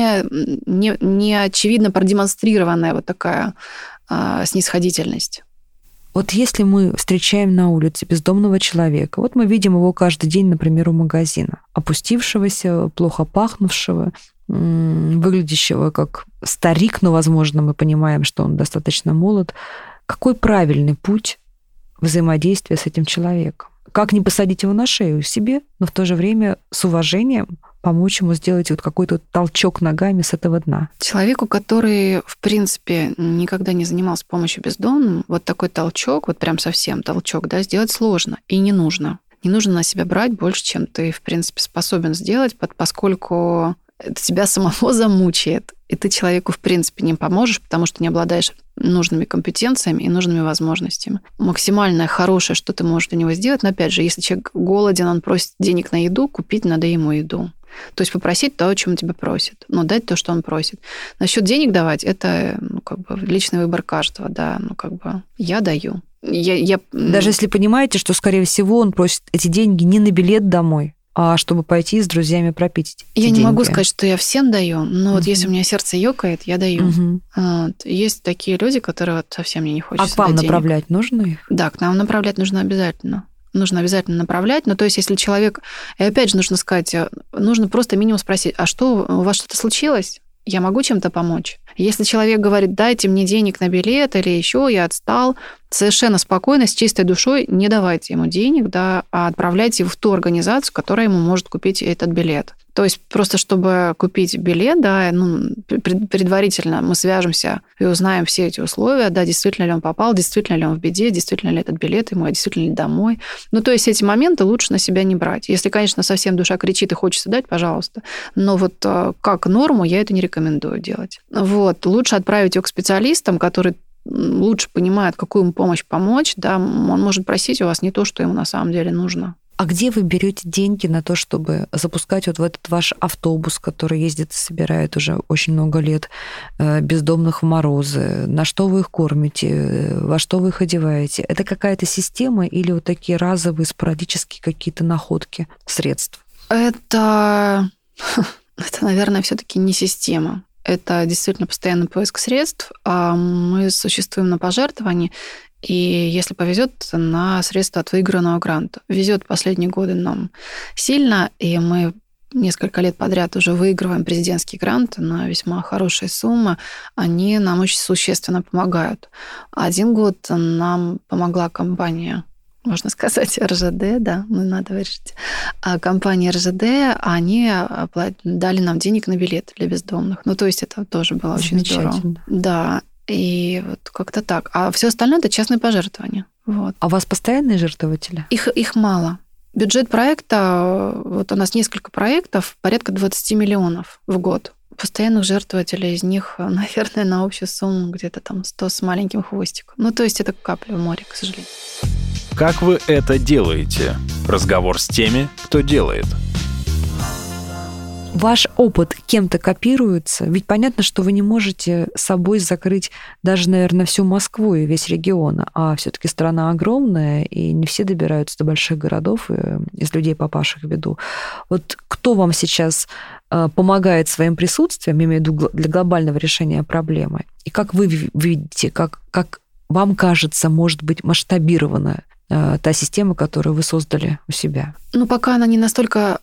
не очевидно продемонстрированная вот такая снисходительность. Вот если мы встречаем на улице бездомного человека, вот мы видим его каждый день, например, у магазина, опустившегося, плохо пахнувшего, выглядящего как старик, но, возможно, мы понимаем, что он достаточно молод. Какой правильный путь взаимодействия с этим человеком? Как не посадить его на шею себе, но в то же время с уважением помочь ему сделать вот какой-то толчок ногами с этого дна? Человеку, который, в принципе, никогда не занимался помощью бездомным, вот такой толчок, вот прям совсем толчок, да, сделать сложно и не нужно. Не нужно на себя брать больше, чем ты, в принципе, способен сделать, поскольку это тебя самого замучает, и ты человеку, в принципе, не поможешь, потому что не обладаешь нужными компетенциями и нужными возможностями. Максимальное хорошее, что ты можешь для него сделать, но, опять же, если человек голоден, он просит денег на еду, купить надо ему еду. То есть попросить то, о чем тебя просит, но дать то, что он просит. Насчет денег давать, это личный выбор каждого, да, я даю. Даже если понимаете, что, скорее всего, он просит эти деньги не на билет домой, а чтобы пойти с друзьями пропить эти деньги. Я не могу сказать, что я всем даю, но вот если у меня сердце ёкает, я даю. Есть такие люди, которые вот совсем мне не хочется. А к вам направлять нужно их? Да, к нам направлять нужно обязательно. Нужно обязательно направлять. Но то есть, если человек... И опять же, нужно сказать, нужно просто минимум спросить, а что, у вас что-то случилось? Я могу чем-то помочь? Если человек говорит, дайте мне денег на билет или еще, я отстал, совершенно спокойно, с чистой душой не давайте ему денег, да, а отправляйте его в ту организацию, которая ему может купить этот билет. То есть просто чтобы купить билет, да, предварительно мы свяжемся и узнаем все эти условия, да, действительно ли он попал, действительно ли он в беде, действительно ли этот билет ему, действительно ли домой. То есть эти моменты лучше на себя не брать. Если, конечно, совсем душа кричит и хочется дать, пожалуйста. Но вот как норму я это не рекомендую делать. Вот. Лучше отправить его к специалистам, которые лучше понимают, какую ему помочь, да, он может просить у вас не то, что ему на самом деле нужно. А где вы берете деньги на то, чтобы запускать вот в этот ваш автобус, который ездит и собирает уже очень много лет бездомных в морозы? На что вы их кормите? Во что вы их одеваете? Это какая-то система или вот такие разовые, спорадические какие-то находки средств? Это наверное, все-таки не система. Это действительно постоянный поиск средств. Мы существуем на пожертвовании, и если повезет, на средства от выигранного гранта. Везет последние годы нам сильно, и мы несколько лет подряд уже выигрываем президентский грант на весьма хорошие суммы. Они нам очень существенно помогают. Один год нам помогла компания, можно сказать, РЖД, да, надо вырежать. Компания РЖД, они дали нам денег на билет для бездомных. То есть это тоже было очень здорово. Да. И вот как-то так. А все остальное это частные пожертвования. Вот. А у вас постоянные жертвователи? Их мало. Бюджет проекта, вот у нас несколько проектов, порядка 20 миллионов в год. Постоянных жертвователей из них, наверное, на общую сумму где-то там 100 с маленьким хвостиком. То есть это капля в море, к сожалению. Как вы это делаете? Разговор с теми, кто делает. Ваш опыт кем-то копируется? Ведь понятно, что вы не можете собой закрыть даже, наверное, всю Москву и весь регион, а все-таки страна огромная, и не все добираются до больших городов из людей, попавших в беду. Вот кто вам сейчас помогает своим присутствием, имею в виду для глобального решения проблемы? И как вы видите, как вам кажется, может быть масштабирована та система, которую вы создали у себя? Пока она не настолько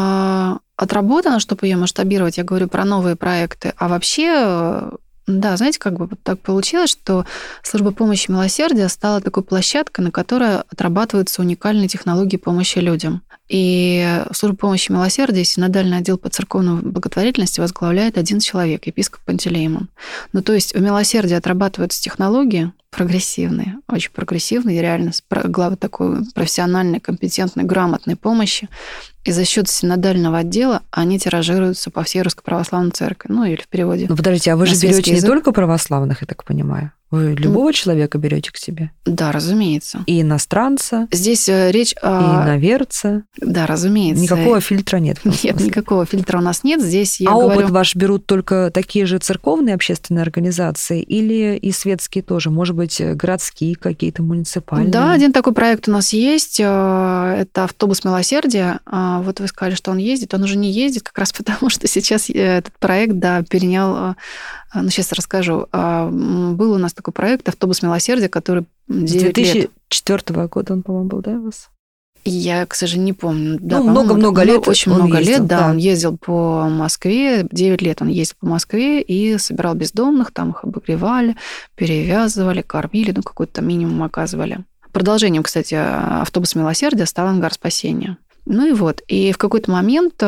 отработана, чтобы ее масштабировать, я говорю про новые проекты. А вообще, да, знаете, как бы вот так получилось, что служба помощи милосердия стала такой площадкой, на которой отрабатываются уникальные технологии помощи людям. И служба помощи милосердия, синодальный отдел по церковной благотворительности возглавляет один человек, епископ Пантелеимон. То есть в милосердии отрабатываются технологии прогрессивные, очень прогрессивные, реально главы такой профессиональной, компетентной, грамотной помощи. И за счет синодального отдела они тиражируются по всей Русской Православной Церкви. Или в переводе. Подождите, а вы же берете не только православных, я так понимаю? Вы любого человека берете к себе? Да, разумеется. И иностранца? Здесь речь о... И иноверца? Да, разумеется. Никакого фильтра нет? Нет, никакого фильтра у нас нет. Здесь я говорю... опыт ваш берут только такие же церковные общественные организации или и светские тоже? Может быть, городские какие-то, муниципальные? Да, один такой проект у нас есть. Это автобус милосердия. Вот вы сказали, что он ездит. Он уже не ездит как раз потому, что сейчас этот проект, да, перенял... сейчас расскажу. Был у нас такой проект «Автобус милосердия», который 9 лет. 2004 года он, по-моему, был, да, у вас? Я, к сожалению, не помню. Да, много лет. Очень много лет, да. Он ездил по Москве. 9 лет он ездил по Москве и собирал бездомных, там их обогревали, перевязывали, кормили, какой-то минимум оказывали. Продолжением, кстати, «Автобус милосердия» стал «Ангар спасения». И в какой-то момент...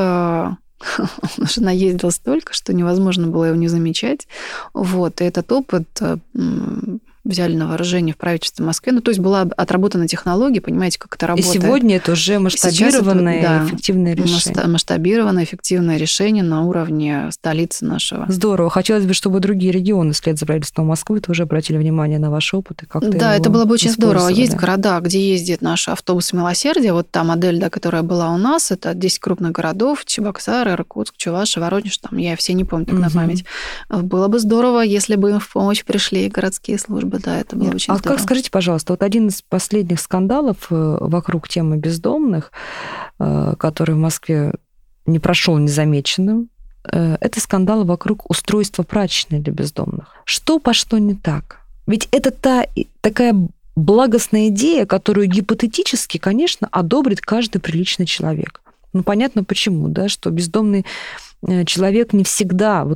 Он уже наездил столько, что невозможно было его не замечать. И этот опыт взяли на вооружение в правительстве Москвы. То есть была отработана технология, понимаете, как это работает. И сегодня это уже масштабированное, эффективное решение. Масштабированное, эффективное решение на уровне столицы нашего. Здорово. Хотелось бы, чтобы другие регионы вслед за правительством Москвы тоже обратили внимание на ваш опыт. И как-то это было бы очень здорово. Есть города, где ездят наши автобусы милосердия. Вот та модель, да, которая была у нас, это 10 крупных городов: Чебоксары, Иркутск, Чувашия, Воронеж. Я все не помню так на память. Было бы здорово, если бы им в помощь пришли городские службы. Да, это было очень здорово. Как, скажите, пожалуйста, один из последних скандалов вокруг темы бездомных, который в Москве не прошел незамеченным, это скандал вокруг устройства прачечной для бездомных. Что пошло не так? Ведь это такая благостная идея, которую гипотетически, конечно, одобрит каждый приличный человек. Понятно почему, да, что бездомный человек не всегда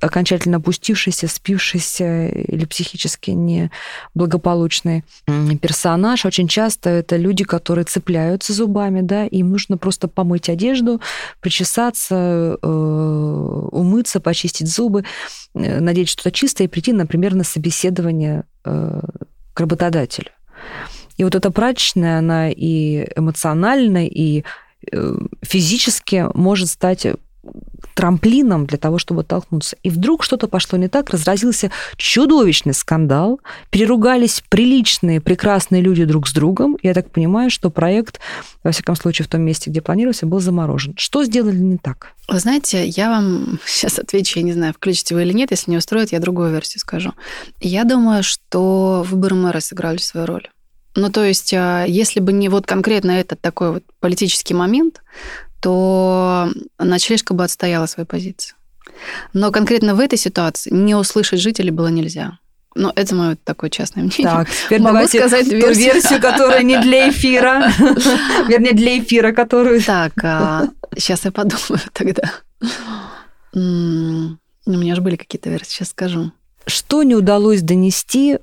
окончательно опустившийся, спившийся или психически неблагополучный персонаж. Очень часто это люди, которые цепляются зубами, да, им нужно просто помыть одежду, причесаться, умыться, почистить зубы, надеть что-то чистое и прийти, например, на собеседование к работодателю. И вот эта прачечная, она и эмоционально, и физически может стать трамплином для того, чтобы оттолкнуться. И вдруг что-то пошло не так, разразился чудовищный скандал, переругались приличные, прекрасные люди друг с другом. Я так понимаю, что проект, во всяком случае, в том месте, где планировался, был заморожен. Что сделали не так? Вы знаете, я вам сейчас отвечу, я не знаю, включите вы или нет, если не устроит, я другую версию скажу. Я думаю, что выборы мэра сыграли свою роль. Ну, то есть, если бы не вот конкретно этот такой вот политический момент, то ночлежка бы отстояла свою позицию. Но конкретно в этой ситуации не услышать жителей было нельзя. Но это мое такое частное мнение. Так, теперь могу давайте сказать ту версию, которая не для эфира. Вернее, для эфира, которую... Так, сейчас я подумаю тогда. У меня же были какие-то версии, сейчас скажу. Что не удалось донести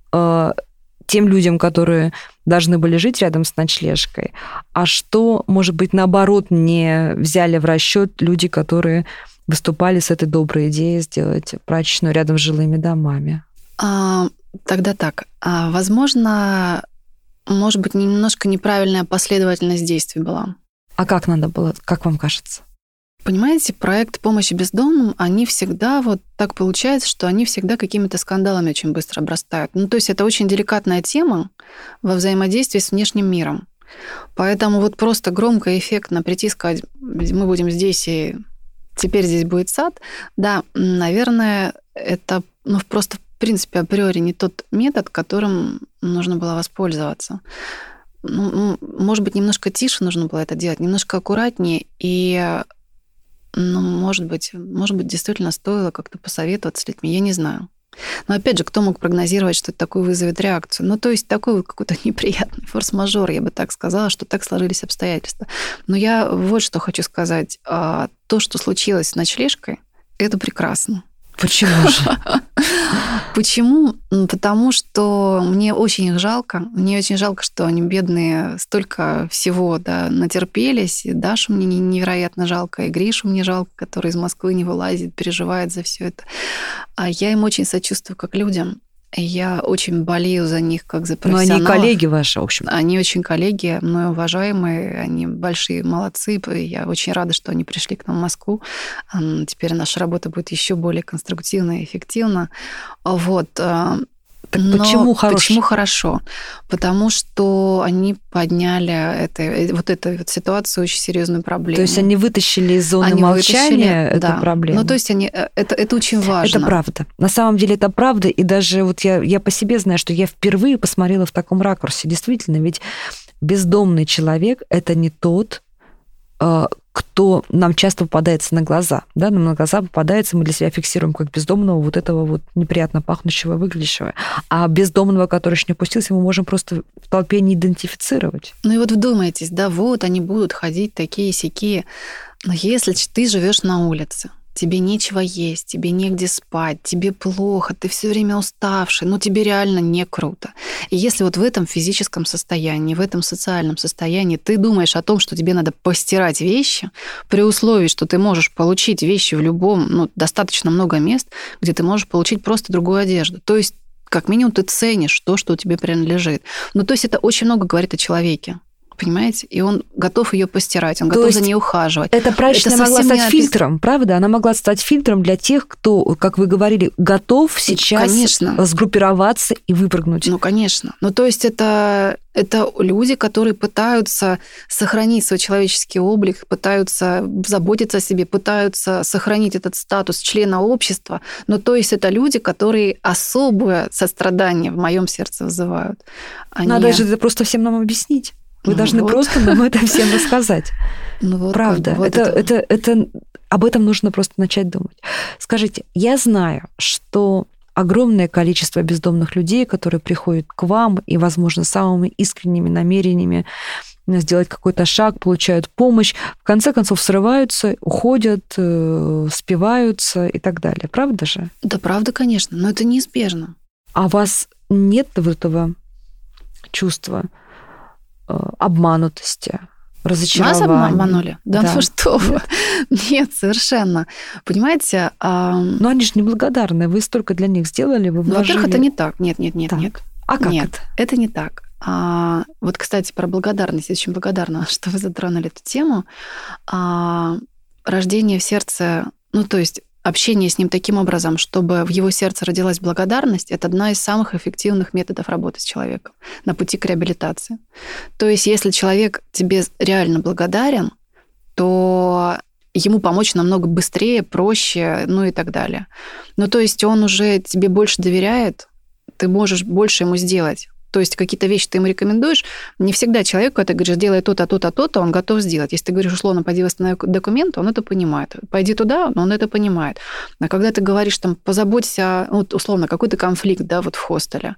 тем людям, которые должны были жить рядом с ночлежкой, а что, может быть, наоборот, не взяли в расчет люди, которые выступали с этой доброй идеей сделать прачечную рядом с жилыми домами? Тогда так. Возможно, может быть, немножко неправильная последовательность действий была. А как надо было, как вам кажется? Понимаете, проект помощи бездомным, они всегда, вот так получается, что они всегда какими-то скандалами очень быстро обрастают. Ну, то есть это очень деликатная тема во взаимодействии с внешним миром. Поэтому вот просто громко и эффектно прийти и сказать, мы будем здесь, и теперь здесь будет сад, да, наверное, это просто в принципе априори не тот метод, которым нужно было воспользоваться. Может быть, немножко тише нужно было это делать, немножко аккуратнее, и может быть, действительно стоило как-то посоветоваться с людьми, я не знаю. Но опять же, кто мог прогнозировать, что это такое вызовет реакцию? Ну, то есть такой вот какой-то неприятный форс-мажор, я бы так сказала, что так сложились обстоятельства. Но я вот что хочу сказать. То, что случилось с ночлежкой, это прекрасно. Почему же? Почему? Потому что мне очень их жалко. Мне очень жалко, что они бедные столько всего натерпелись. И Дашу мне невероятно жалко, и Гришу мне жалко, который из Москвы не вылазит, переживает за все это. А я им очень сочувствую как людям. Я очень болею за них, как за профессионалов. Но они коллеги ваши, в общем. Они очень коллеги, мной уважаемые, они большие молодцы. Я очень рада, что они пришли к нам в Москву. Теперь наша работа будет еще более конструктивна и эффективна. Вот. Так почему хорошо? Почему хорошо? Потому что они подняли эту ситуацию, очень серьезную проблему. То есть они вытащили из зоны молчания эту проблему? Ну, то есть это очень важно. Это правда. На самом деле это правда. И даже вот я по себе знаю, что я впервые посмотрела в таком ракурсе. Действительно, ведь бездомный человек – это не тот, кто нам часто попадается на глаза. Да? Нам на глаза попадается, мы для себя фиксируем как бездомного, вот этого вот неприятно пахнущего, выглядящего. А бездомного, который еще не опустился, мы можем просто в толпе не идентифицировать. Ну и вот вдумайтесь, вот они будут ходить такие-сякие. Но если ты живешь на улице, тебе нечего есть, тебе негде спать, тебе плохо, ты все время уставший, тебе реально не круто. И если вот в этом физическом состоянии, в этом социальном состоянии ты думаешь о том, что тебе надо постирать вещи, при условии, что ты можешь получить вещи в любом, достаточно много мест, где ты можешь получить просто другую одежду. То есть, как минимум, ты ценишь то, что тебе принадлежит. То есть это очень много говорит о человеке. Понимаете? И он готов ее постирать, он готов за ней ухаживать. Эта прачечная могла стать фильтром, правда? Она могла стать фильтром для тех, кто, как вы говорили, готов сейчас сгруппироваться и выпрыгнуть. Конечно. То есть это люди, которые пытаются сохранить свой человеческий облик, пытаются заботиться о себе, пытаются сохранить этот статус члена общества. То есть это люди, которые особое сострадание в моем сердце вызывают. Надо же это просто всем нам объяснить. Вы должны просто нам это всем рассказать. Правда. Это об этом нужно просто начать думать. Скажите, я знаю, что огромное количество бездомных людей, которые приходят к вам и, возможно, самыми искренними намерениями сделать какой-то шаг, получают помощь, в конце концов срываются, уходят, спиваются и так далее. Правда же? Да, правда, конечно, но это неизбежно. А у вас нет вот этого чувства обманутости, разочарования? Нас обманули? Да. Ну что вы? Нет, совершенно. Понимаете? Но они же неблагодарны. Вы столько для них сделали, вы вложили. Во-первых, это не так. Нет. А как нет, это не так. Вот, кстати, про благодарность. Я очень благодарна, что вы затронули эту тему. Рождение в сердце, то есть общение с ним таким образом, чтобы в его сердце родилась благодарность, это одна из самых эффективных методов работы с человеком на пути к реабилитации. То есть если человек тебе реально благодарен, то ему помочь намного быстрее, проще, и так далее. То есть он уже тебе больше доверяет, ты можешь больше ему сделать. То есть какие-то вещи ты ему рекомендуешь, не всегда человеку, когда ты говоришь, сделай то-то, то-то, то-то, он готов сделать. Если ты говоришь, условно, пойди восстанови документы, он это понимает. Пойди туда, он это понимает. А когда ты говоришь, позаботься, условно, какой-то конфликт, в хостеле,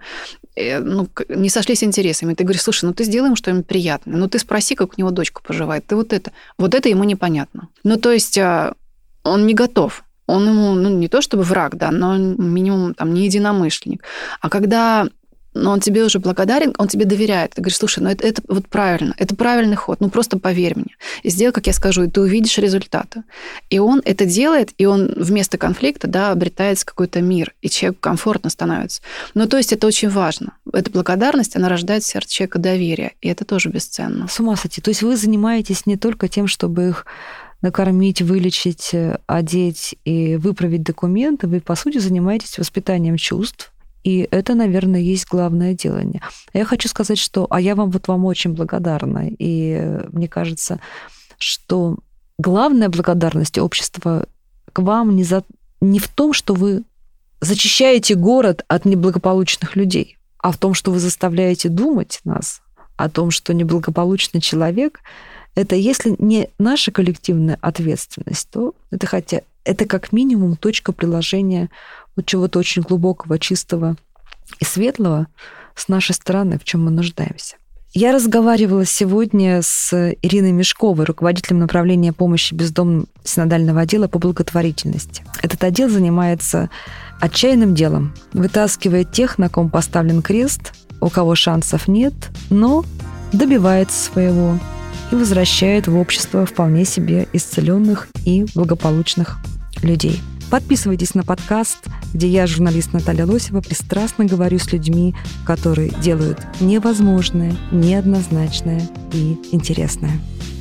не сошлись интересами, ты говоришь, слушай, ты сделай ему что-нибудь приятное, ты спроси, как у него дочка поживает, ты вот это ему непонятно. То есть он не готов. Он ему, не то чтобы враг, но минимум не единомышленник. А когда он тебе уже благодарен, он тебе доверяет. Ты говоришь, слушай, это вот правильно, это правильный ход, просто поверь мне. И сделай, как я скажу, и ты увидишь результаты. И он это делает, и он вместо конфликта, обретается какой-то мир, и человеку комфортно становится. То есть это очень важно. Эта благодарность, она рождает в сердце человека доверие, и это тоже бесценно. С ума сойти. То есть вы занимаетесь не только тем, чтобы их накормить, вылечить, одеть и выправить документы, вы, по сути, занимаетесь воспитанием чувств. И это, наверное, есть главное делание. Я хочу сказать, что я вам очень благодарна. И мне кажется, что главная благодарность общества к вам не в том, что вы зачищаете город от неблагополучных людей, а в том, что вы заставляете думать нас о том, что неблагополучный человек — это, если не наша коллективная ответственность, то это как минимум точка приложения чего-то очень глубокого, чистого и светлого с нашей стороны, в чем мы нуждаемся. Я разговаривала сегодня с Ириной Мешковой, руководителем направления помощи бездомным синодального отдела по благотворительности. Этот отдел занимается отчаянным делом, вытаскивает тех, на ком поставлен крест, у кого шансов нет, но добивается своего и возвращает в общество вполне себе исцеленных и благополучных людей. Подписывайтесь на подкаст, где я, журналист Наталья Лосева, пристрастно говорю с людьми, которые делают невозможное, неоднозначное и интересное.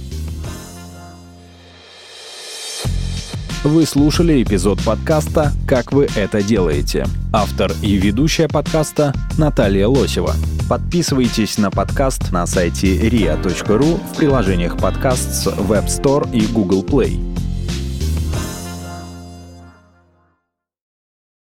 Вы слушали эпизод подкаста «Как вы это делаете». Автор и ведущая подкаста Наталья Лосева. Подписывайтесь на подкаст на сайте ria.ru, в приложениях подкаст с Web Store и Google Play.